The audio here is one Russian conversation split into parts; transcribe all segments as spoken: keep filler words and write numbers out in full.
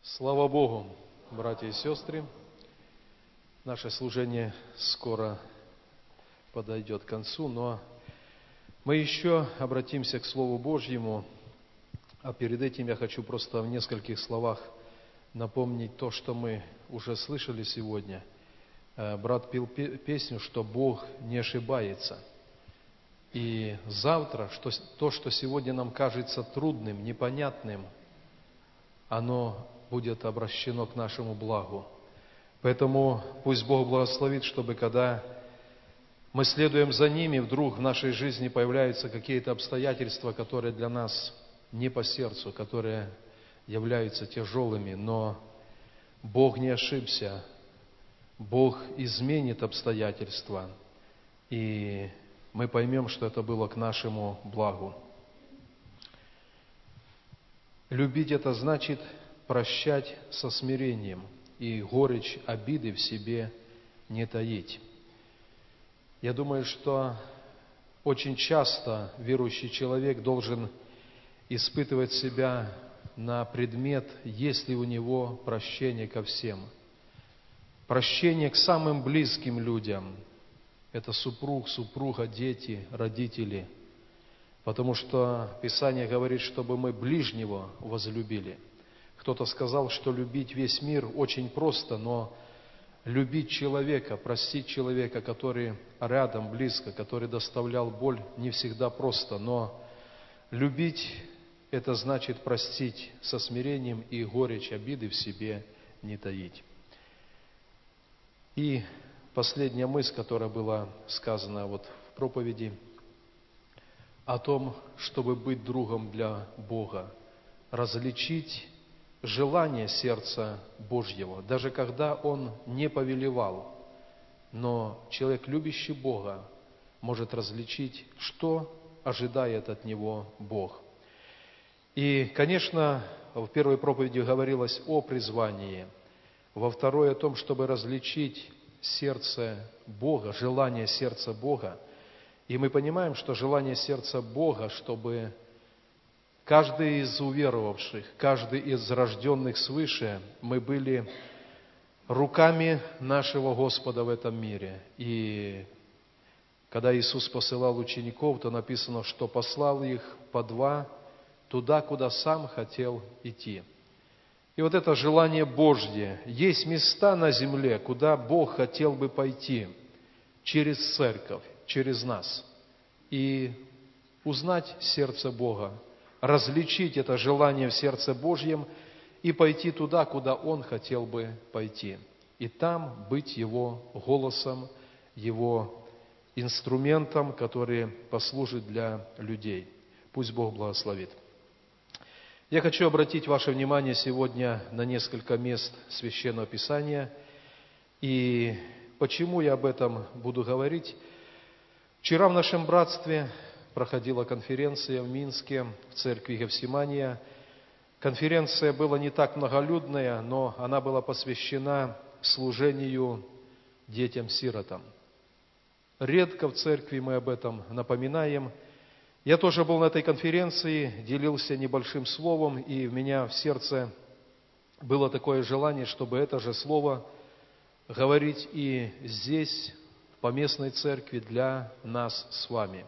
Слава Богу, братья и сестры, наше служение скоро подойдет к концу, но мы еще обратимся к Слову Божьему, а перед этим я хочу просто в нескольких словах напомнить то, что мы уже слышали сегодня. Брат пел песню, что Бог не ошибается. И завтра, что, то, что сегодня нам кажется трудным, непонятным, оно будет обращено к нашему благу. Поэтому пусть Бог благословит, чтобы когда мы следуем за ними, вдруг в нашей жизни появляются какие-то обстоятельства, которые для нас не по сердцу, которые являются тяжелыми, но Бог не ошибся, Бог изменит обстоятельства, и мы поймем, что это было к нашему благу. Любить – это значит прощать со смирением и горечь обиды в себе не таить. Я думаю, что очень часто верующий человек должен испытывать себя на предмет, есть ли у него прощение ко всем. Прощение к самым близким людям – это супруг, супруга, дети, родители. Потому что Писание говорит, чтобы мы ближнего возлюбили. Кто-то сказал, что любить весь мир очень просто, но любить человека, простить человека, который рядом, близко, который доставлял боль, не всегда просто. Но любить – это значит простить со смирением и горечь обиды в себе не таить. И последняя мысль, которая была сказана вот в проповеди, о том, чтобы быть другом для Бога, различить желание сердца Божьего, даже когда Он не повелевал, но человек, любящий Бога, может различить, что ожидает от него Бог. И, конечно, в первой проповеди говорилось о призвании, во второй о том, чтобы различить сердце Бога, желание сердца Бога. И мы понимаем, что желание сердца Бога, чтобы каждый из уверовавших, каждый из рожденных свыше, мы были руками нашего Господа в этом мире. И когда Иисус посылал учеников, то написано, что послал их по два туда, куда сам хотел идти. И вот это желание Божье. Есть места на земле, куда Бог хотел бы пойти через церковь, через нас. И узнать сердце Бога, различить это желание в сердце Божьем и пойти туда, куда Он хотел бы пойти. И там быть Его голосом, Его инструментом, который послужит для людей. Пусть Бог благословит. Я хочу обратить ваше внимание сегодня на несколько мест Священного Писания. И почему я об этом буду говорить? Вчера в нашем братстве проходила конференция в Минске, в церкви Гефсимания. Конференция была не так многолюдная, но она была посвящена служению детям-сиротам. Редко в церкви мы об этом напоминаем. Я тоже был на этой конференции, делился небольшим словом, и у меня в сердце было такое желание, чтобы это же слово говорить и здесь, в поместной церкви, для нас с вами.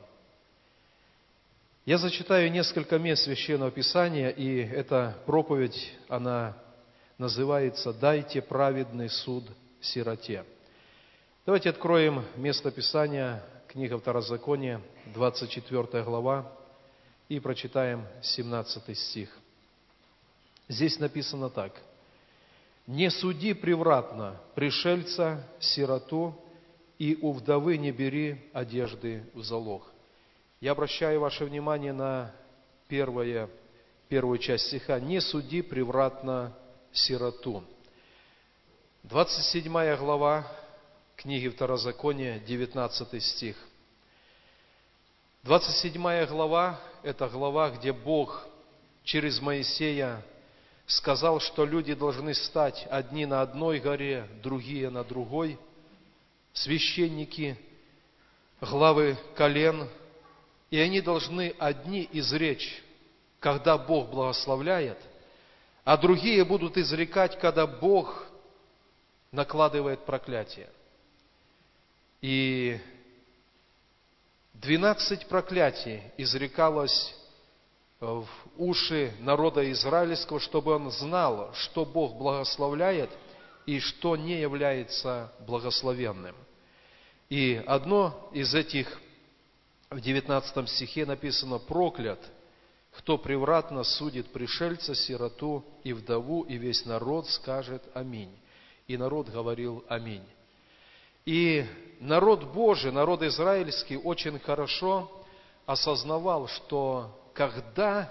Я зачитаю несколько мест Священного Писания, и эта проповедь, она называется «Дайте праведный суд сироте». Давайте откроем место Писания, книга Второзакония, двадцать четвёртая глава, и прочитаем семнадцатый стих. Здесь написано так: «Не суди превратно пришельца, сироту, и у вдовы не бери одежды в залог». Я обращаю ваше внимание на первое, первую часть стиха. «Не суди превратно сироту». двадцать седьмая глава книги Второзакония, девятнадцатый стих. двадцать седьмая глава – это глава, где Бог через Моисея сказал, что люди должны стать одни на одной горе, другие на другой. Священники, главы колен, и они должны одни изречь, когда Бог благословляет, а другие будут изрекать, когда Бог накладывает проклятие. И двенадцать проклятий изрекалось в уши народа израильского, чтобы он знал, что Бог благословляет и что не является благословенным. И одно из этих в девятнадцатом стихе написано: «Проклят, кто превратно судит пришельца, сироту и вдову, и весь народ скажет аминь». И народ говорил аминь. И народ Божий, народ израильский очень хорошо осознавал, что когда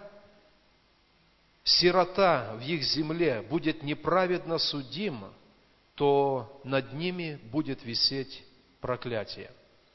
сирота в их земле будет неправедно судим, то над ними будет висеть проклятие.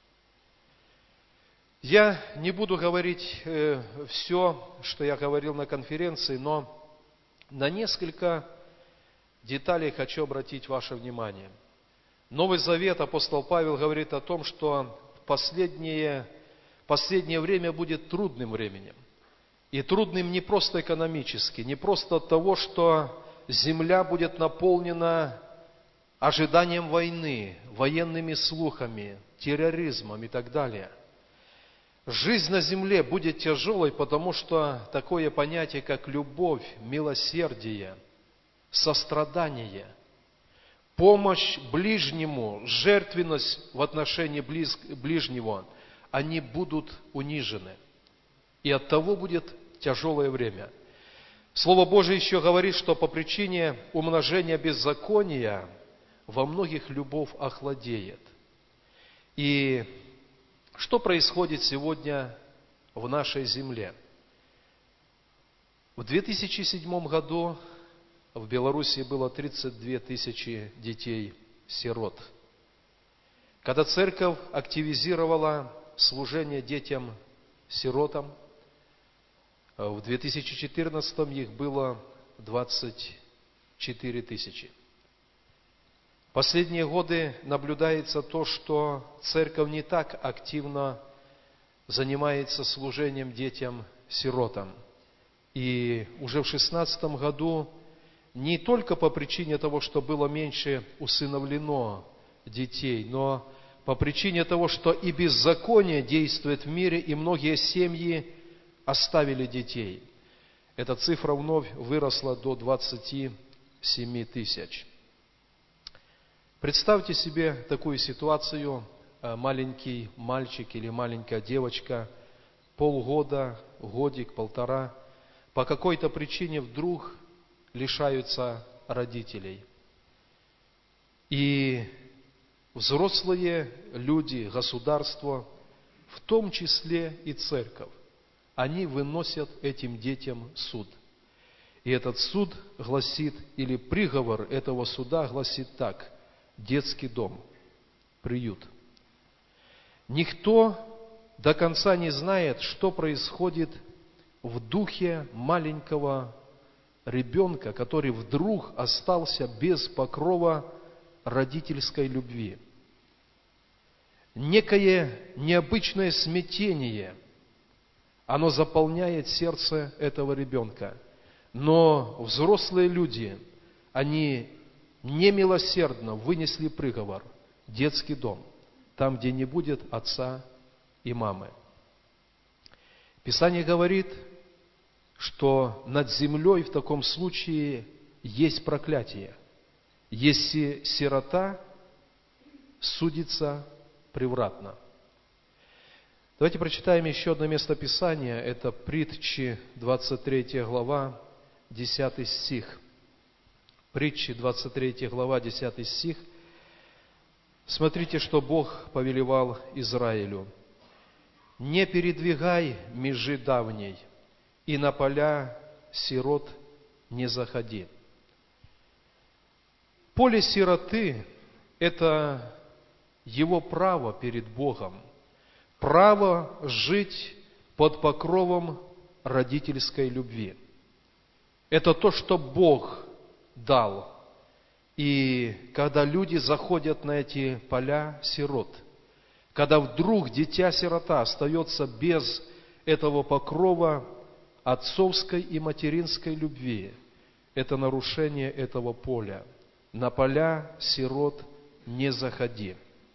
Я не буду говорить э, все, что я говорил на конференции, но на несколько деталей хочу обратить ваше внимание. Новый Завет, апостол Павел говорит о том, что в последнее, последнее время будет трудным временем. И трудным не просто экономически, не просто от того, что земля будет наполнена ожиданием войны, военными слухами, терроризмом и так далее. Жизнь на земле будет тяжелой, потому что такое понятие, как любовь, милосердие, сострадание, помощь ближнему, жертвенность в отношении близ, ближнего, они будут унижены. И оттого будет тяжелое время. Слово Божие еще говорит, что по причине умножения беззакония во многих любовь охладеет. И что происходит сегодня в нашей земле? В две тысячи седьмом году в Белоруссии было тридцать две тысячи детей-сирот. Когда церковь активизировала служение детям-сиротам, в две тысячи четырнадцатом их было двадцать четыре тысячи. Последние годы наблюдается то, что церковь не так активно занимается служением детям-сиротам. И уже в шестнадцатом году не только по причине того, что было меньше усыновлено детей, но по причине того, что и беззаконие действует в мире, и многие семьи оставили детей. Эта цифра вновь выросла до двадцати семи тысяч. Представьте себе такую ситуацию: маленький мальчик или маленькая девочка, полгода, годик, полтора, по какой-то причине вдруг лишаются родителей. И взрослые люди, государство, в том числе и церковь, они выносят этим детям суд. И этот суд гласит, или приговор этого суда гласит так: детский дом, приют. Никто до конца не знает, что происходит в духе маленького ребенка, который вдруг остался без покрова родительской любви. Некое необычное смятение, оно заполняет сердце этого ребенка. Но взрослые люди, они немилосердно вынесли приговор: детский дом, там, где не будет отца и мамы. Писание говорит, что над землей в таком случае есть проклятие, если сирота судится превратно. Давайте прочитаем еще одно место Писания. Это Притчи, двадцать третья глава, десятый стих. Притчи, двадцать третья глава, десятый стих. Смотрите, что Бог повелевал Израилю. «Не передвигай межи давней, и на поля сирот не заходи». Поле сироты – это его право перед Богом, право жить под покровом родительской любви. Это то, что Бог дал. И когда люди заходят на эти поля сирот, когда вдруг дитя-сирота остается без этого покрова отцовской и материнской любви, – это нарушение этого поля. На поля сирот не заходи.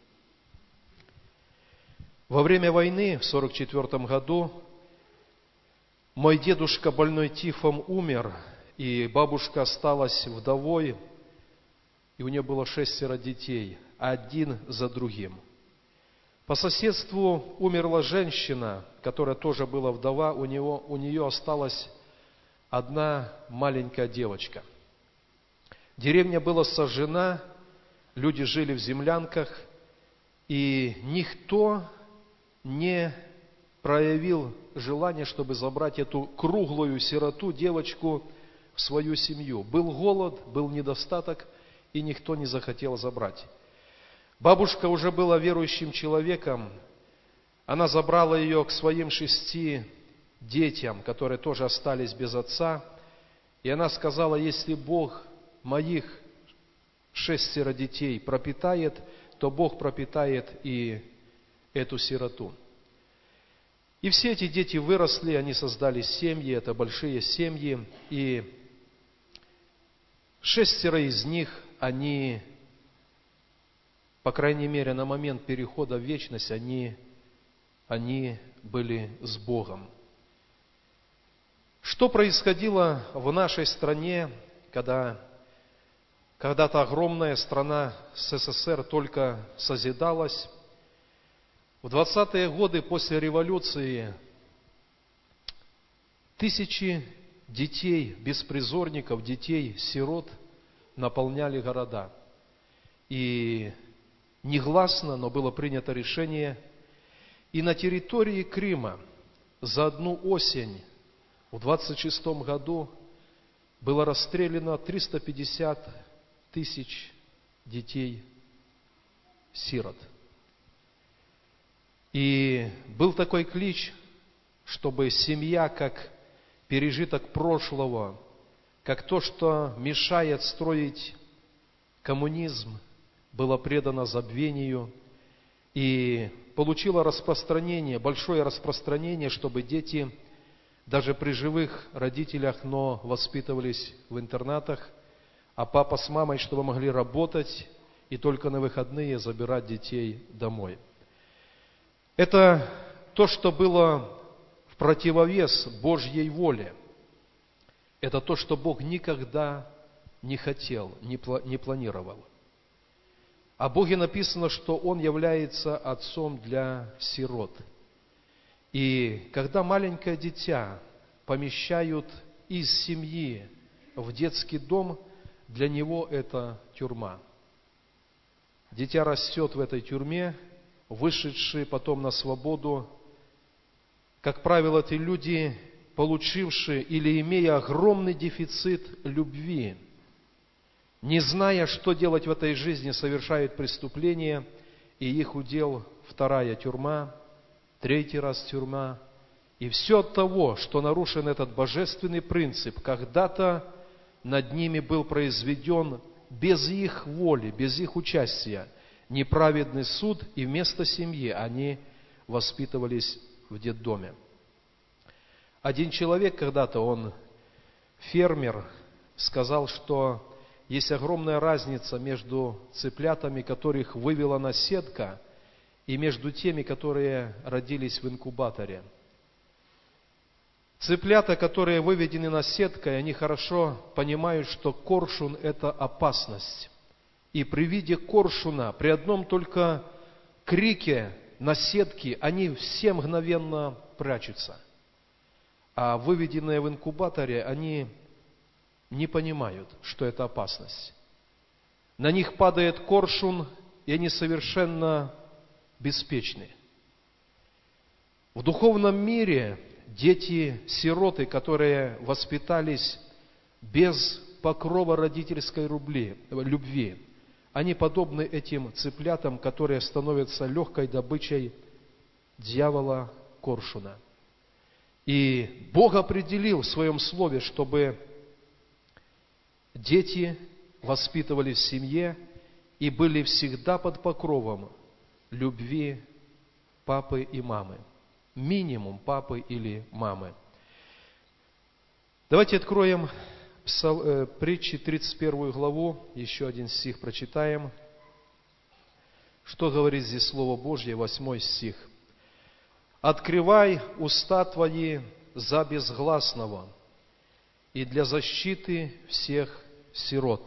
Во время войны в сорок четвёртом году мой дедушка, больной тифом, умер, и бабушка осталась вдовой, и у нее было шестеро детей, один за другим. По соседству умерла женщина, которая тоже была вдова, у, него, у нее осталась одна маленькая девочка. Деревня была сожжена, люди жили в землянках, и никто не проявил желание, чтобы забрать эту круглую сироту, девочку, в свою семью. Был голод, был недостаток, и никто не захотел забрать. Бабушка уже была верующим человеком. Она забрала ее к своим шести детям, которые тоже остались без отца. И она сказала: если Бог моих шестеро детей пропитает, то Бог пропитает и эту сироту. И все эти дети выросли, они создали семьи, это большие семьи, и шестеро из них, они, по крайней мере, на момент перехода в вечность, они, они были с Богом. Что происходило в нашей стране, когда когда-то огромная страна СССР только созидалась? В двадцатые годы после революции тысячи детей, беспризорников, детей, сирот наполняли города. И негласно, но было принято решение, и на территории Крыма за одну осень в двадцать шестом году было расстреляно триста пятьдесят тысяч детей-сирот. И был такой клич, чтобы семья, как пережиток прошлого, как то, что мешает строить коммунизм, была предана забвению и получила распространение, большое распространение, чтобы дети даже при живых родителях, но воспитывались в интернатах, а папа с мамой, чтобы могли работать и только на выходные забирать детей домой. Это то, что было в противовес Божьей воле. Это то, что Бог никогда не хотел, не планировал. О Боге написано, что Он является отцом для сирот. И когда маленькое дитя помещают из семьи в детский дом, для него это тюрьма. Дитя растет в этой тюрьме, вышедшие потом на свободу. Как правило, это люди, получившие или имея огромный дефицит любви, не зная, что делать в этой жизни, совершают преступления, и их удел вторая тюрьма, третий раз тюрьма. И все от того, что нарушен этот божественный принцип, когда-то над ними был произведен без их воли, без их участия неправедный суд, и вместо семьи они воспитывались в детдоме. Один человек когда-то, он фермер, сказал, что есть огромная разница между цыплятами, которых вывела наседка, и между теми, которые родились в инкубаторе. Цыплята, которые выведены наседкой, они хорошо понимают, что коршун – это опасность. И при виде коршуна, при одном только крике наседки, они все мгновенно прячутся. А выведенные в инкубаторе, они не понимают, что это опасность. На них падает коршун, и они совершенно беспечны. В духовном мире дети-сироты, которые воспитались без покрова родительской любви, они подобны этим цыплятам, которые становятся легкой добычей дьявола коршуна. И Бог определил в Своем Слове, чтобы дети воспитывались в семье и были всегда под покровом любви папы и мамы. Минимум папы или мамы. Давайте откроем Притчи тридцать первую главу, еще один стих прочитаем. Что говорит здесь Слово Божье, восьмой стих. «Открывай уста твои за безгласного и для защиты всех сирот».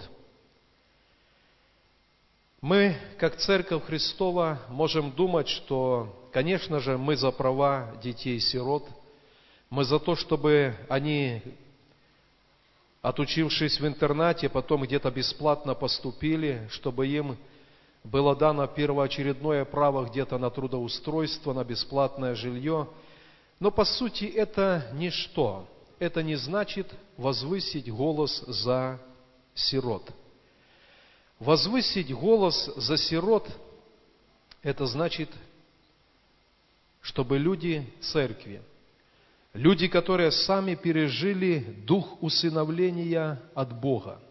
Мы, как Церковь Христова, можем думать, что, конечно же, мы за права детей-сирот, мы за то, чтобы они, отучившись в интернате, потом где-то бесплатно поступили, чтобы им было дано первоочередное право где-то на трудоустройство, на бесплатное жилье. Но по сути это ничто. Это не значит возвысить голос за сирот. Возвысить голос за сирот – это значит, чтобы люди церкви, люди, которые сами пережили дух усыновления от Бога,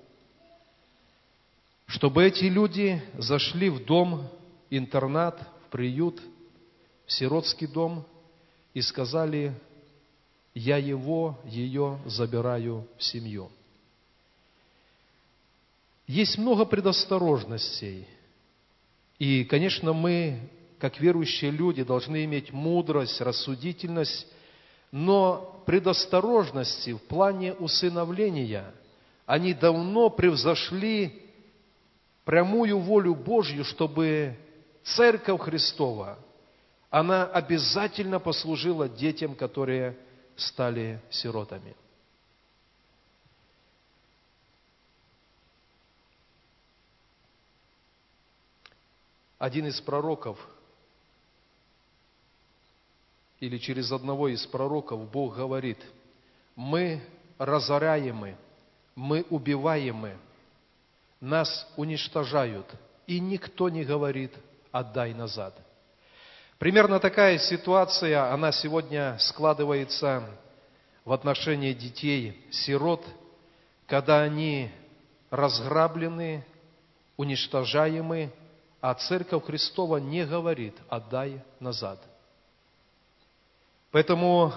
чтобы эти люди зашли в дом, интернат, в приют, в сиротский дом и сказали: «Я его, ее забираю в семью». Есть много предосторожностей. И, конечно, мы, как верующие люди, должны иметь мудрость, рассудительность, но предосторожности в плане усыновления, они давно превзошли прямую волю Божью, чтобы Церковь Христова, она обязательно послужила детям, которые стали сиротами. Один из пророков, или через одного из пророков Бог говорит: мы разоряемы, мы убиваемы, нас уничтожают, и никто не говорит: отдай назад. Примерно такая ситуация, она сегодня складывается в отношении детей-сирот, когда они разграблены, уничтожаемы, а Церковь Христова не говорит: отдай назад. Поэтому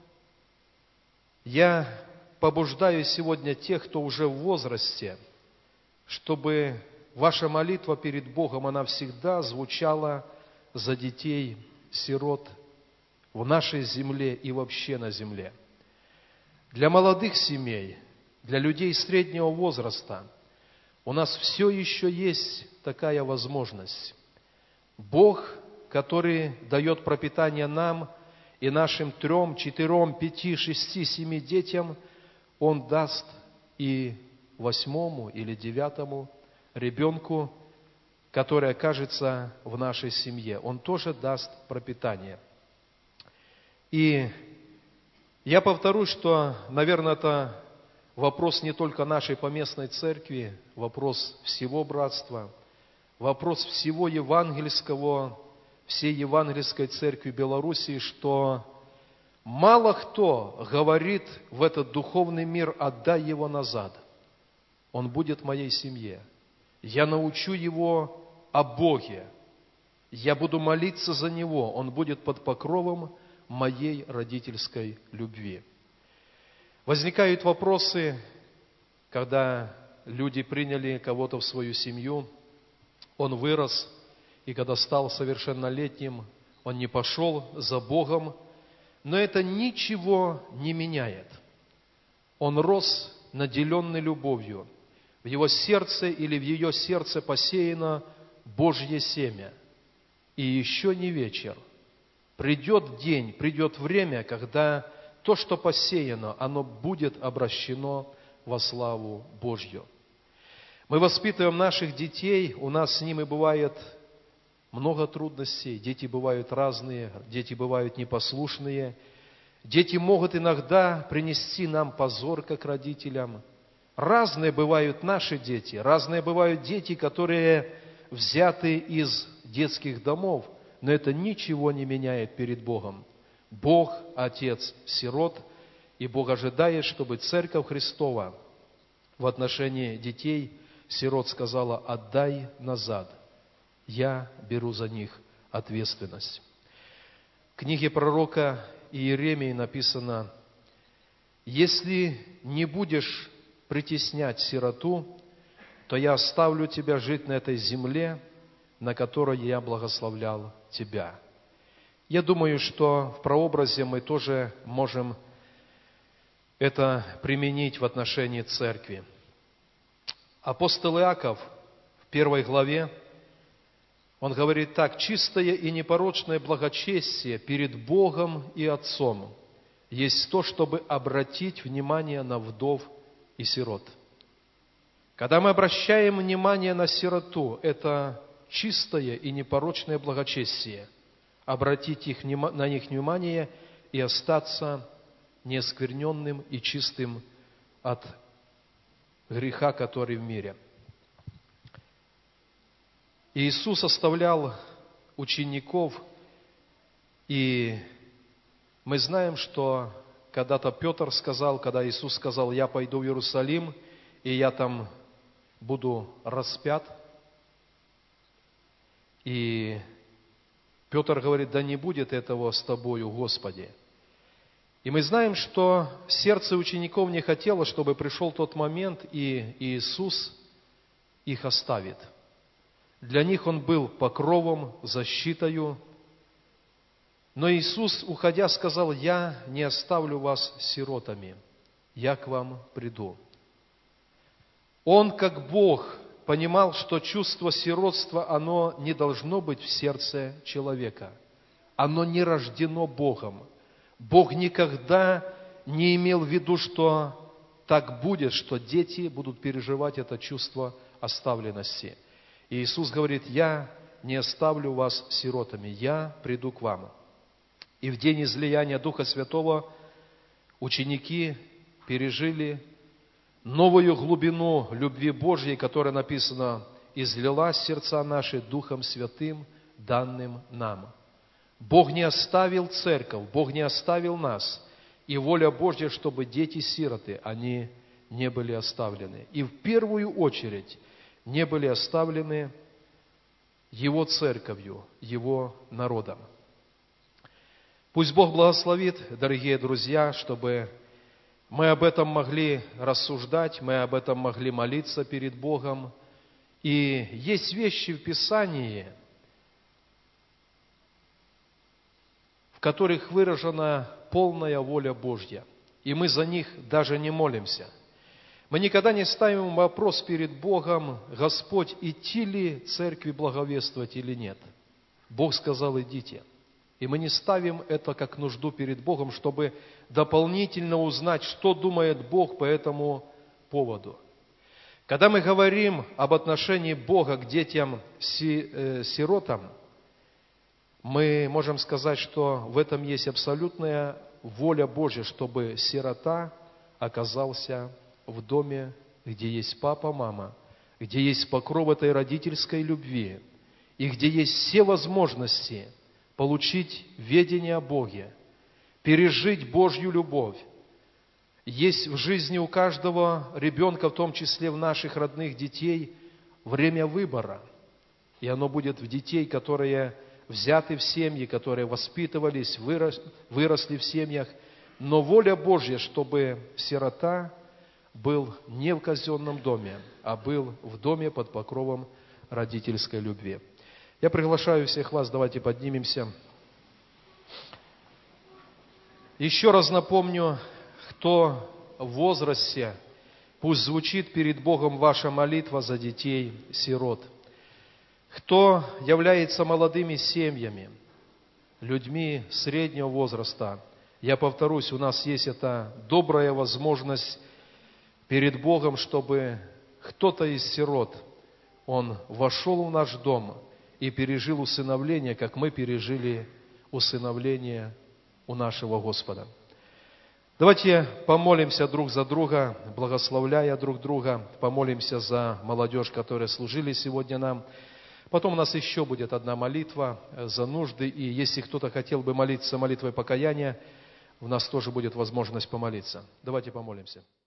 я побуждаю сегодня тех, кто уже в возрасте, чтобы ваша молитва перед Богом, она всегда звучала за детей-сирот в нашей земле и вообще на земле. Для молодых семей, для людей среднего возраста у нас все еще есть такая возможность. Бог, который дает пропитание нам и нашим трем, четырем, пяти, шести, семи детям, Он даст и восьмому или девятому ребенку, который окажется в нашей семье. Он тоже даст пропитание. И я повторюсь, что, наверное, это вопрос не только нашей поместной церкви, вопрос всего братства, вопрос всего евангельского, всей евангельской церкви Белоруссии, что мало кто говорит в этот духовный мир: отдай его назад. Он будет в моей семье. Я научу его о Боге. Я буду молиться за него. Он будет под покровом моей родительской любви. Возникают вопросы, когда люди приняли кого-то в свою семью, он вырос, и когда стал совершеннолетним, он не пошел за Богом, но это ничего не меняет. Он рос, наделенный любовью. В его сердце или в ее сердце посеяно Божье семя. И еще не вечер. Придет день, придет время, когда то, что посеяно, оно будет обращено во славу Божью. Мы воспитываем наших детей, у нас с ними бывает много трудностей, дети бывают разные, дети бывают непослушные, дети могут иногда принести нам позор, как родителям. Разные бывают наши дети, разные бывают дети, которые взяты из детских домов, но это ничего не меняет перед Богом. Бог – Отец сирот, и Бог ожидает, чтобы Церковь Христова в отношении детей сирот сказала: отдай назад, я беру за них ответственность. В книге пророка Иеремии написано: если не будешь притеснять сироту, то я оставлю тебя жить на этой земле, на которой я благословлял тебя». Я думаю, что в прообразе мы тоже можем это применить в отношении церкви. Апостол Иаков в первой главе, он говорит так: «Чистое и непорочное благочестие перед Богом и Отцом есть то, чтобы обратить внимание на вдов и сирот». Когда мы обращаем внимание на сироту, это чистое и непорочное благочестие, обратить их, на них внимание и остаться неоскверненным и чистым от греха, который в мире. Иисус оставлял учеников, и мы знаем, что когда-то Петр сказал, когда Иисус сказал: «Я пойду в Иерусалим, и я там буду распят». И Петр говорит: «Да не будет этого с тобою, Господи». И мы знаем, что сердце учеников не хотело, чтобы пришел тот момент, и Иисус их оставит. Для них Он был покровом, защитою. Но Иисус, уходя, сказал: «Я не оставлю вас сиротами, я к вам приду». Он, как Бог, понимал, что чувство сиротства, оно не должно быть в сердце человека. Оно не рождено Богом. Бог никогда не имел в виду, что так будет, что дети будут переживать это чувство оставленности. И Иисус говорит: «Я не оставлю вас сиротами, я приду к вам». И в день излияния Духа Святого ученики пережили новую глубину любви Божьей, которая, написано, излилась в сердца наши Духом Святым, данным нам. Бог не оставил церковь, Бог не оставил нас. И воля Божья, чтобы дети-сироты, они не были оставлены. И в первую очередь не были оставлены Его церковью, Его народом. Пусть Бог благословит, дорогие друзья, чтобы мы об этом могли рассуждать, мы об этом могли молиться перед Богом. И есть вещи в Писании, в которых выражена полная воля Божья, и мы за них даже не молимся. Мы никогда не ставим вопрос перед Богом: «Господь, идти ли церкви благовествовать или нет?» Бог сказал: «Идите». И мы не ставим это как нужду перед Богом, чтобы дополнительно узнать, что думает Бог по этому поводу. Когда мы говорим об отношении Бога к детям-сиротам, мы можем сказать, что в этом есть абсолютная воля Божья, чтобы сирота оказался в доме, где есть папа, мама, где есть покров этой родительской любви, и где есть все возможности получить ведение о Боге, пережить Божью любовь. Есть в жизни у каждого ребенка, в том числе в наших родных детей, время выбора. И оно будет в детей, которые взяты в семьи, которые воспитывались, выросли в семьях. Но воля Божья, чтобы сирота был не в казенном доме, а был в доме под покровом родительской любви. Я приглашаю всех вас, давайте поднимемся. Еще раз напомню, кто в возрасте, пусть звучит перед Богом ваша молитва за детей-сирот. Кто является молодыми семьями, людьми среднего возраста, я повторюсь, у нас есть эта добрая возможность перед Богом, чтобы кто-то из сирот, он вошел в наш дом и пережил усыновление, как мы пережили усыновление у нашего Господа. Давайте помолимся друг за друга, благословляя друг друга, помолимся за молодежь, которая служили сегодня нам. Потом у нас еще будет одна молитва за нужды, и если кто-то хотел бы молиться молитвой покаяния, у нас тоже будет возможность помолиться. Давайте помолимся.